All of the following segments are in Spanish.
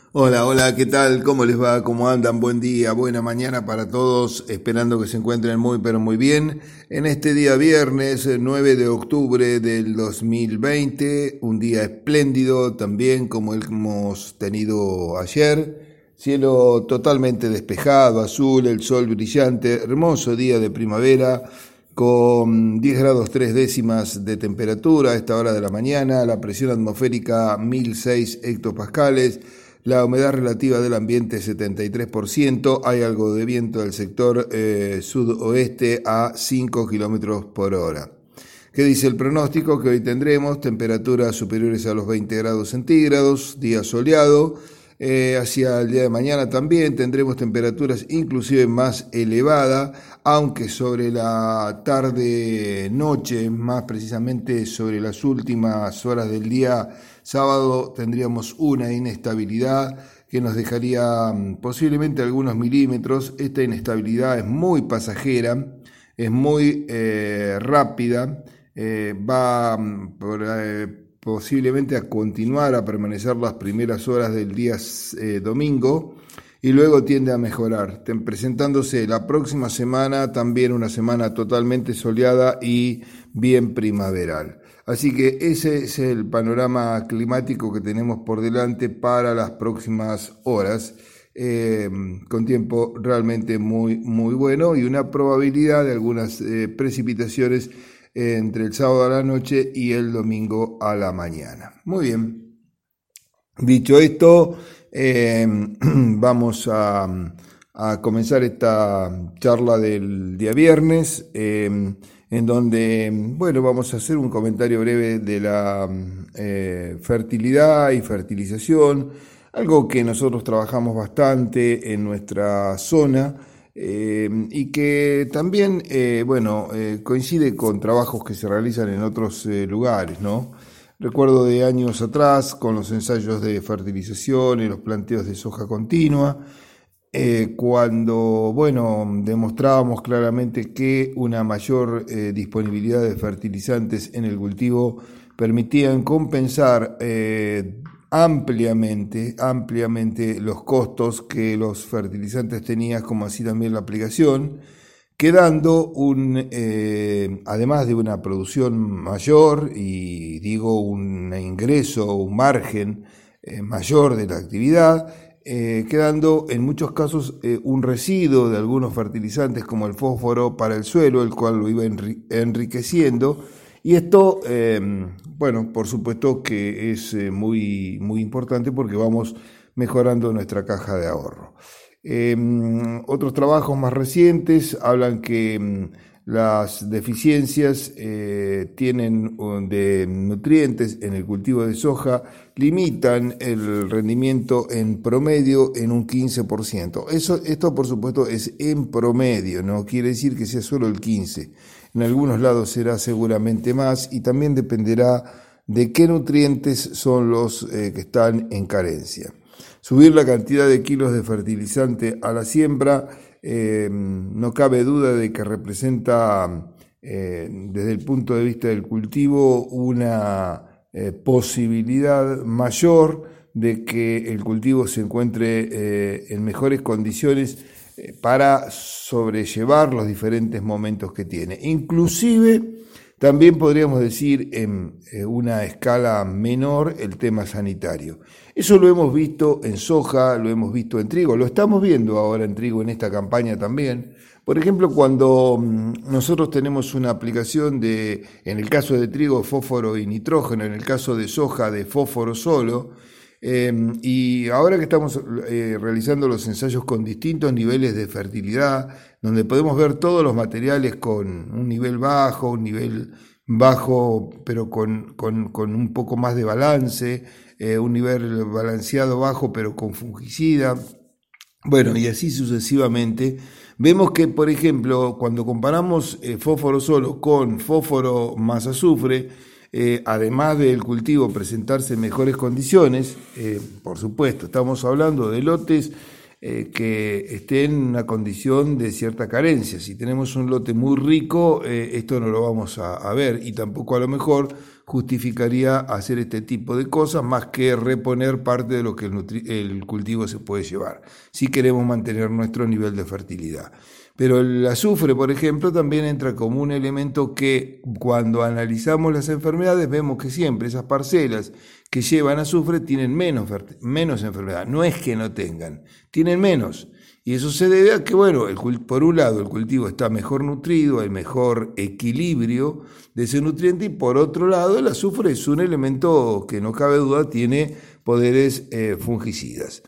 Hola, hola, ¿qué tal? ¿Cómo les va? ¿Cómo andan? Buen día, buena mañana para todos, esperando que se encuentren muy, pero muy bien. En este día viernes 9 de octubre del 2020, un día espléndido también como el que hemos tenido ayer. Cielo totalmente despejado, azul, el sol brillante, hermoso día de primavera con 10 grados 3 décimas de temperatura a esta hora de la mañana, la presión atmosférica 1006 hectopascales. La humedad relativa del ambiente 73%, hay algo de viento del sector sudoeste a 5 kilómetros por hora. ¿Qué dice el pronóstico? Que hoy tendremos temperaturas superiores a los 20 grados centígrados, día soleado. Hacia el día de mañana también tendremos temperaturas inclusive más elevadas, aunque sobre la tarde-noche, más precisamente sobre las últimas horas del día sábado, tendríamos una inestabilidad que nos dejaría posiblemente algunos milímetros. Esta inestabilidad es muy pasajera, es muy rápida, va posiblemente a continuar a permanecer las primeras horas del día domingo y luego tiende a mejorar, presentándose la próxima semana también una semana totalmente soleada y bien primaveral. Así que ese es el panorama climático que tenemos por delante para las próximas horas, con tiempo realmente muy, muy bueno y una probabilidad de algunas precipitaciones entre el sábado a la noche y el domingo a la mañana. Muy bien. Dicho esto, vamos a comenzar esta charla del día viernes, en donde, bueno, vamos a hacer un comentario breve de la fertilidad y fertilización, algo que nosotros trabajamos bastante en nuestra zona. Y que también, coincide con trabajos que se realizan en otros lugares, ¿no? Recuerdo de años atrás con los ensayos de fertilización y los planteos de soja continua, cuando, bueno, demostrábamos claramente que una mayor disponibilidad de fertilizantes en el cultivo permitían compensar ampliamente los costos que los fertilizantes tenían, como así también la aplicación, quedando además de una producción mayor y digo un ingreso, un margen mayor de la actividad, quedando en muchos casos un residuo de algunos fertilizantes como el fósforo para el suelo, el cual lo iba enriqueciendo. Y esto, por supuesto que es muy, muy importante porque vamos mejorando nuestra caja de ahorro. Otros trabajos más recientes hablan que las deficiencias tienen de nutrientes en el cultivo de soja limitan el rendimiento en promedio en un 15%. Esto por supuesto es en promedio, no quiere decir que sea solo el 15%. En algunos lados será seguramente más y también dependerá de qué nutrientes son los que están en carencia. Subir la cantidad de kilos de fertilizante a la siembra no cabe duda de que representa desde el punto de vista del cultivo una posibilidad mayor de que el cultivo se encuentre en mejores condiciones para sobrellevar los diferentes momentos que tiene. Inclusive, también podríamos decir en una escala menor el tema sanitario. Eso lo hemos visto en soja, lo hemos visto en trigo, lo estamos viendo ahora en trigo en esta campaña también. Por ejemplo, cuando nosotros tenemos una aplicación en el caso de trigo, fósforo y nitrógeno, en el caso de soja, de fósforo solo, y ahora que estamos realizando los ensayos con distintos niveles de fertilidad, donde podemos ver todos los materiales con un nivel bajo, pero con un poco más de balance, un nivel balanceado bajo, pero con fungicida, bueno, y así sucesivamente. Vemos que, por ejemplo, cuando comparamos fósforo solo con fósforo más azufre, además del cultivo presentarse en mejores condiciones, por supuesto, estamos hablando de lotes que estén en una condición de cierta carencia. Si tenemos un lote muy rico, esto no lo vamos a ver, y tampoco a lo mejor justificaría hacer este tipo de cosas más que reponer parte de lo que el cultivo se puede llevar, si queremos mantener nuestro nivel de fertilidad. Pero el azufre, por ejemplo, también entra como un elemento que cuando analizamos las enfermedades vemos que siempre esas parcelas que llevan azufre tienen menos enfermedad. No es que no tengan, tienen menos. Y eso se debe a que, bueno, por un lado el cultivo está mejor nutrido, hay mejor equilibrio de ese nutriente, y por otro lado el azufre es un elemento que no cabe duda tiene poderes fungicidas.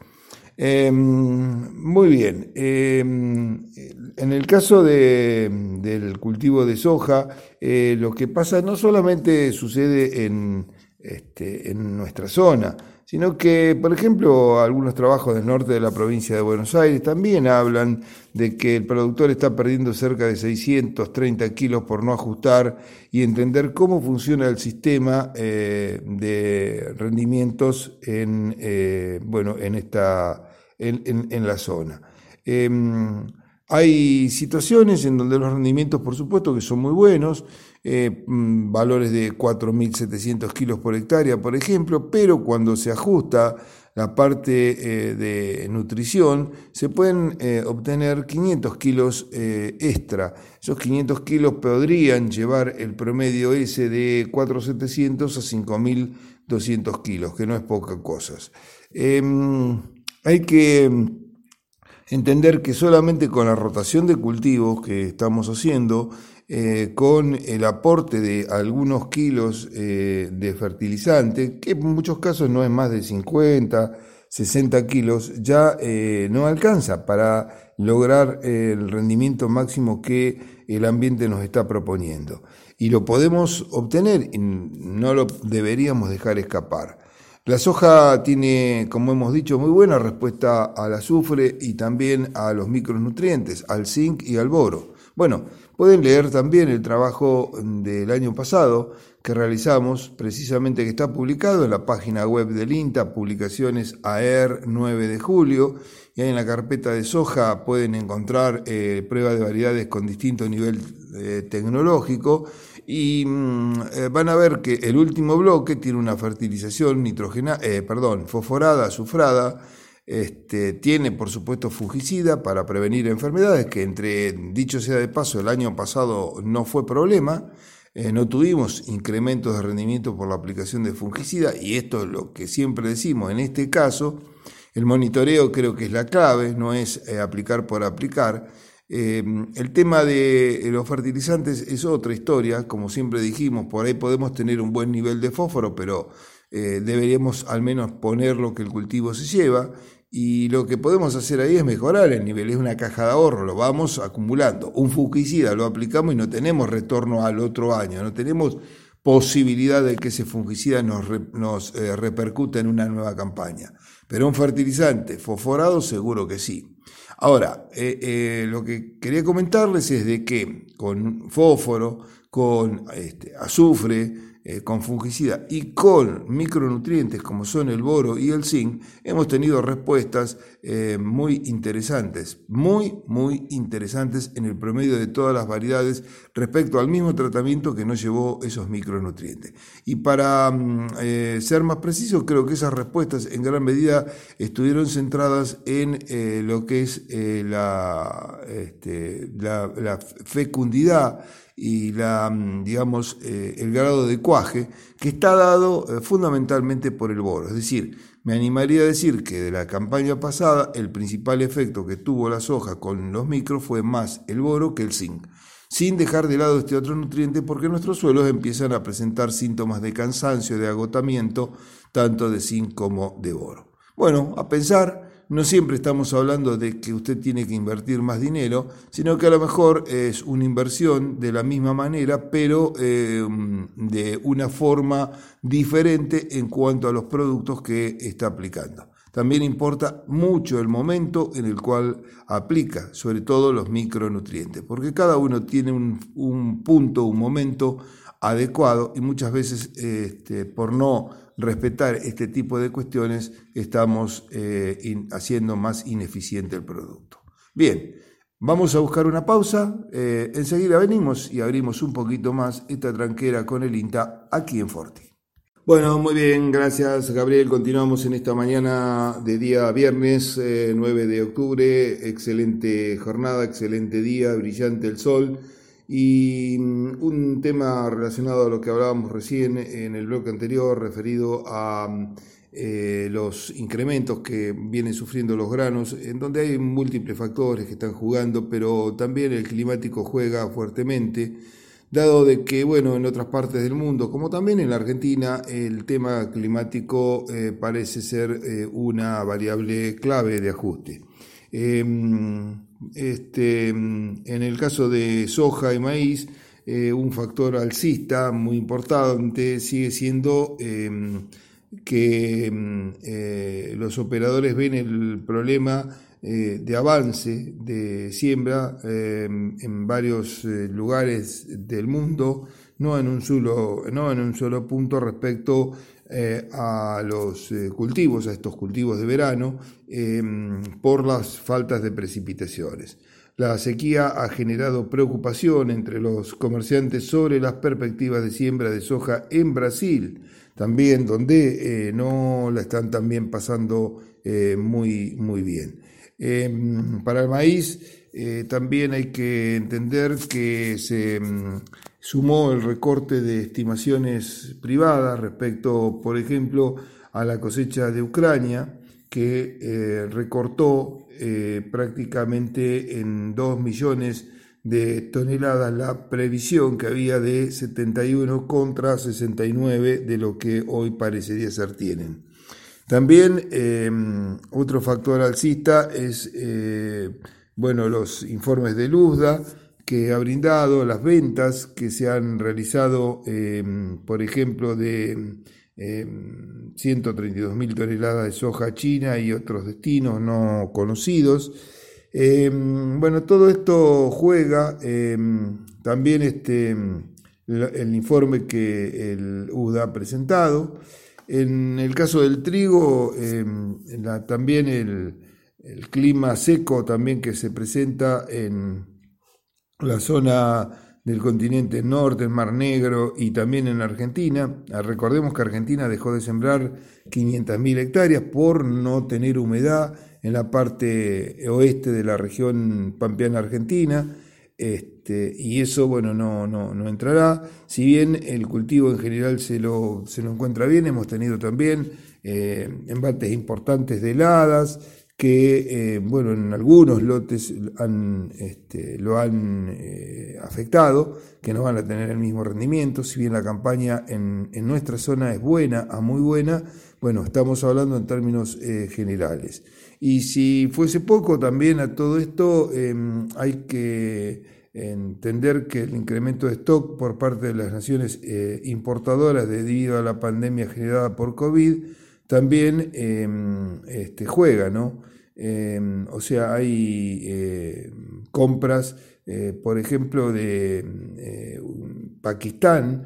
Muy bien. En el caso del cultivo de soja, lo que pasa no solamente sucede en nuestra zona, sino que, por ejemplo, algunos trabajos del norte de la provincia de Buenos Aires también hablan de que el productor está perdiendo cerca de 630 kilos por no ajustar y entender cómo funciona el sistema de rendimientos en la zona. Hay situaciones en donde los rendimientos, por supuesto, que son muy buenos, valores de 4.700 kilos por hectárea, por ejemplo, pero cuando se ajusta la parte de nutrición, se pueden obtener 500 kilos extra. Esos 500 kilos podrían llevar el promedio ese de 4.700 a 5.200 kilos, que no es poca cosa. Hay que entender que solamente con la rotación de cultivos que estamos haciendo, con el aporte de algunos kilos de fertilizante, que en muchos casos no es más de 50, 60 kilos, ya no alcanza para lograr el rendimiento máximo que el ambiente nos está proponiendo. Y lo podemos obtener y no lo deberíamos dejar escapar. La soja tiene, como hemos dicho, muy buena respuesta al azufre y también a los micronutrientes, al zinc y al boro. Bueno, pueden leer también el trabajo del año pasado que realizamos, precisamente que está publicado en la página web del INTA, publicaciones AER 9 de julio, y ahí en la carpeta de soja pueden encontrar pruebas de variedades con distinto nivel tecnológico, y van a ver que el último bloque tiene una fertilización fosforada, azufrada, tiene por supuesto fungicida para prevenir enfermedades, que dicho sea de paso, el año pasado no fue problema, no tuvimos incrementos de rendimiento por la aplicación de fungicida, y esto es lo que siempre decimos, en este caso el monitoreo creo que es la clave, no es aplicar por aplicar. El tema de los fertilizantes es otra historia, como siempre dijimos, por ahí podemos tener un buen nivel de fósforo, pero deberíamos al menos poner lo que el cultivo se lleva, y lo que podemos hacer ahí es mejorar el nivel, es una caja de ahorro, lo vamos acumulando. Un fungicida lo aplicamos y no tenemos retorno al otro año, no tenemos posibilidad de que ese fungicida nos repercuta en una nueva campaña, pero un fertilizante fosforado seguro que sí. Ahora, lo que quería comentarles es de que con fósforo, con azufre, con fungicida y con micronutrientes como son el boro y el zinc, hemos tenido respuestas muy interesantes en el promedio de todas las variedades respecto al mismo tratamiento que nos llevó esos micronutrientes. Y para ser más preciso, creo que esas respuestas en gran medida estuvieron centradas en lo que es la fecundidad y el grado de cuaje, que está dado fundamentalmente por el boro. Es decir, me animaría a decir que de la campaña pasada el principal efecto que tuvo la soja con los micros fue más el boro que el zinc, sin dejar de lado este otro nutriente, porque nuestros suelos empiezan a presentar síntomas de cansancio, de agotamiento, tanto de zinc como de boro. Bueno, a pensar. No siempre estamos hablando de que usted tiene que invertir más dinero, sino que a lo mejor es una inversión de la misma manera, pero de una forma diferente en cuanto a los productos que está aplicando. También importa mucho el momento en el cual aplica, sobre todo los micronutrientes, porque cada uno tiene un punto, un momento adecuado, y muchas veces por no respetar este tipo de cuestiones estamos haciendo más ineficiente el producto. Bien, Vamos a buscar una pausa, enseguida venimos y abrimos un poquito más esta tranquera con el INTA aquí en Forti. Bueno, muy bien, gracias Gabriel. Continuamos en esta mañana de día viernes 9 de octubre. Excelente jornada, excelente día, brillante el sol. Y un tema relacionado a lo que hablábamos recién en el bloque anterior, referido a los incrementos que vienen sufriendo los granos, en donde hay múltiples factores que están jugando, pero también el climático juega fuertemente, dado de que, bueno, en otras partes del mundo, como también en la Argentina, el tema climático parece ser una variable clave de ajuste. En el caso de soja y maíz, un factor alcista muy importante sigue siendo que los operadores ven el problema de avance de siembra en varios lugares del mundo, no en un solo punto respecto a los cultivos, a estos cultivos de verano, por las faltas de precipitaciones. La sequía ha generado preocupación entre los comerciantes sobre las perspectivas de siembra de soja en Brasil, también donde no la están también pasando muy bien. Para el maíz también hay que entender que se sumó el recorte de estimaciones privadas respecto, por ejemplo, a la cosecha de Ucrania, que recortó prácticamente en 2 millones de toneladas la previsión que había de 71 contra 69 de lo que hoy parecería ser tienen. También otro factor alcista es los informes de Luzda que ha brindado, las ventas que se han realizado, por ejemplo, de 132.000 toneladas de soja a China y otros destinos no conocidos. Todo esto juega, también el informe que el USDA ha presentado. En el caso del trigo, también el clima seco también que se presenta en la zona del continente norte, el Mar Negro y también en Argentina. Recordemos que Argentina dejó de sembrar 500.000 hectáreas por no tener humedad en la parte oeste de la región pampeana argentina, y eso no entrará. Si bien el cultivo en general se lo encuentra bien, hemos tenido también embates importantes de heladas que en algunos lotes lo han afectado, que no van a tener el mismo rendimiento. Si bien la campaña en nuestra zona es buena a muy buena, estamos hablando en términos generales. Y si fuese poco también a todo esto, hay que entender que el incremento de stock por parte de las naciones importadoras debido a la pandemia generada por COVID también juega, ¿no? Hay compras, por ejemplo, de Pakistán,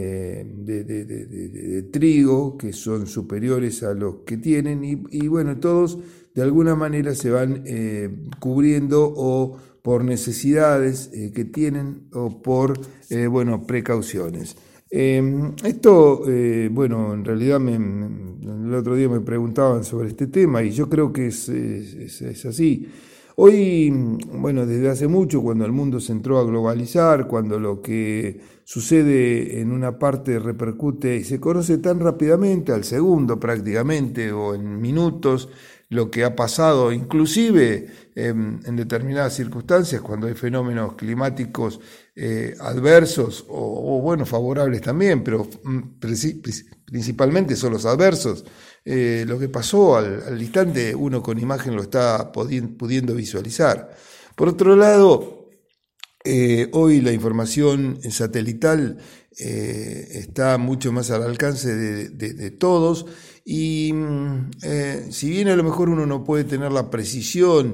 de trigo, que son superiores a los que tienen, y todos de alguna manera se van cubriendo o por necesidades que tienen o por precauciones. En realidad el otro día me preguntaban sobre este tema y yo creo que es así. Hoy, desde hace mucho, cuando el mundo se entró a globalizar, cuando lo que sucede en una parte repercute y se conoce tan rápidamente, al segundo prácticamente, o en minutos, lo que ha pasado, inclusive en determinadas circunstancias, cuando hay fenómenos climáticos adversos o favorables también, pero principalmente son los adversos. Lo que pasó al instante, uno con imagen lo está pudiendo visualizar. Por otro lado, hoy la información satelital está mucho más al alcance de todos, y si bien a lo mejor uno no puede tener la precisión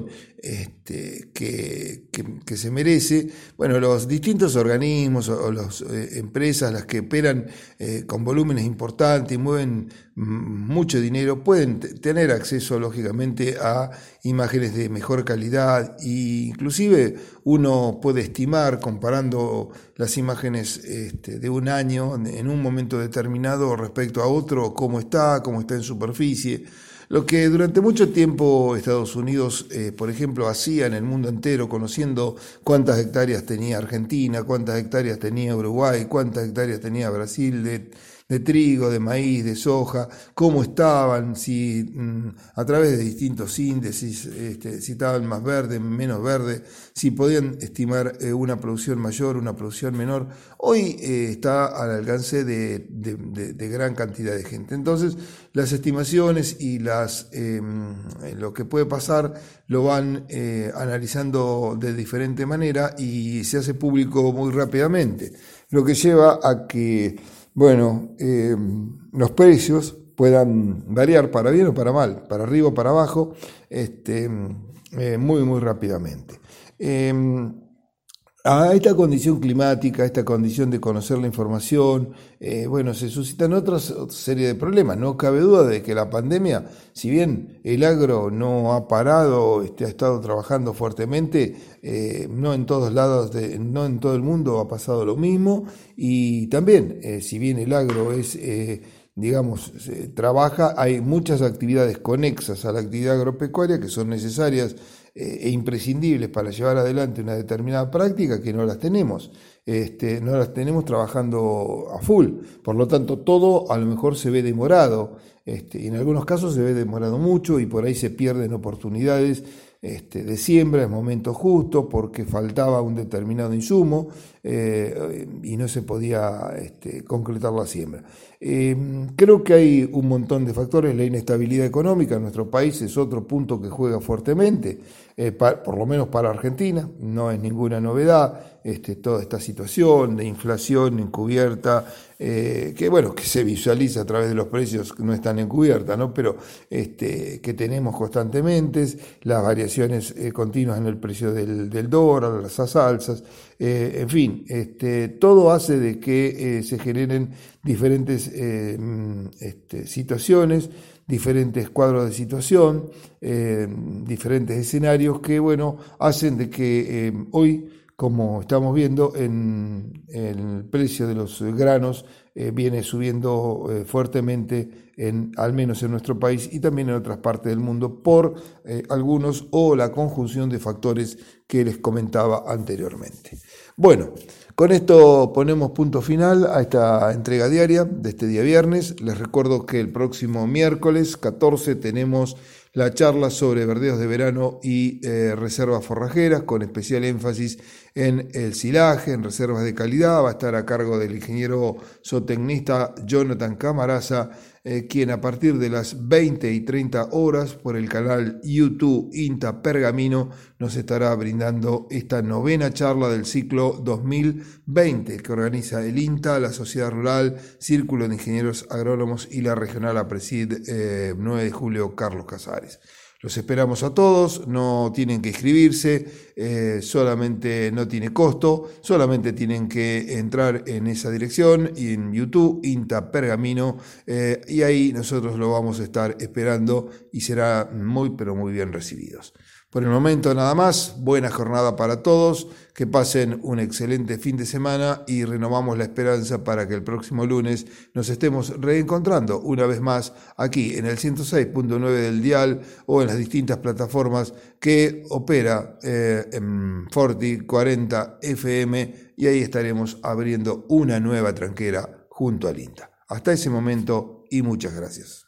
que se merece, bueno, los distintos organismos o las empresas, las que operan con volúmenes importantes y mueven mucho dinero, pueden tener acceso lógicamente a imágenes de mejor calidad, e inclusive uno puede estimar, comparando las imágenes de un año en un momento determinado respecto a otro, cómo está en superficie. Lo que durante mucho tiempo Estados Unidos, por ejemplo, hacía en el mundo entero, conociendo cuántas hectáreas tenía Argentina, cuántas hectáreas tenía Uruguay, cuántas hectáreas tenía Brasil de trigo, de maíz, de soja, cómo estaban, si a través de distintos índices, si estaban más verdes, menos verdes, si podían estimar una producción mayor, una producción menor. Hoy está al alcance de gran cantidad de gente. Entonces, las estimaciones y lo que puede pasar lo van analizando de diferente manera y se hace público muy rápidamente, lo que lleva a que los precios puedan variar para bien o para mal, para arriba o para abajo, muy, muy rápidamente. A esta condición climática, a esta condición de conocer la información, se suscitan otra serie de problemas. No cabe duda de que la pandemia, si bien el agro no ha parado, ha estado trabajando fuertemente, no en todos lados, no en todo el mundo ha pasado lo mismo, y también, si bien el agro es trabaja, hay muchas actividades conexas a la actividad agropecuaria que son necesarias e imprescindibles para llevar adelante una determinada práctica, que no las tenemos. No las tenemos trabajando a full, por lo tanto todo a lo mejor se ve demorado, y en algunos casos se ve demorado mucho y por ahí se pierden oportunidades de siembra en momentos justos porque faltaba un determinado insumo y no se podía concretar la siembra. Creo que hay un montón de factores. La inestabilidad económica en nuestro país es otro punto que juega fuertemente, por lo menos para Argentina, no es ninguna novedad toda esta situación de inflación encubierta, que se visualiza a través de los precios que no están encubiertas, ¿no? Pero que tenemos constantemente, las variaciones continuas en el precio del dólar, las alzas, en fin, todo hace de que se generen diferentes situaciones, diferentes cuadros de situación, diferentes escenarios que, hacen de que hoy, como estamos viendo, el precio de los granos viene subiendo fuertemente, al menos en nuestro país y también en otras partes del mundo, por algunos o la conjunción de factores que les comentaba anteriormente. Bueno, con esto ponemos punto final a esta entrega diaria de este día viernes. Les recuerdo que el próximo miércoles 14 tenemos la charla sobre verdeos de verano y reservas forrajeras, con especial énfasis en el silaje, en reservas de calidad. Va a estar a cargo del ingeniero zootecnista Jonathan Camaraza, quien a partir de las 20 y 30 horas por el canal YouTube INTA Pergamino nos estará brindando esta 9ª charla del ciclo 2020 que organiza el INTA, la Sociedad Rural, Círculo de Ingenieros Agrónomos y la Regional APRESID 9 de julio Carlos Casares. Los esperamos a todos, no tienen que inscribirse, solamente no tiene costo, solamente tienen que entrar en esa dirección y en YouTube, INTA Pergamino, y ahí nosotros lo vamos a estar esperando y será muy pero muy bien recibidos. Por el momento nada más, buena jornada para todos, que pasen un excelente fin de semana y renovamos la esperanza para que el próximo lunes nos estemos reencontrando una vez más aquí en el 106.9 del dial o en las distintas plataformas que opera en Forti 40 FM, y ahí estaremos abriendo una nueva tranquera junto al INTA. Hasta ese momento y muchas gracias.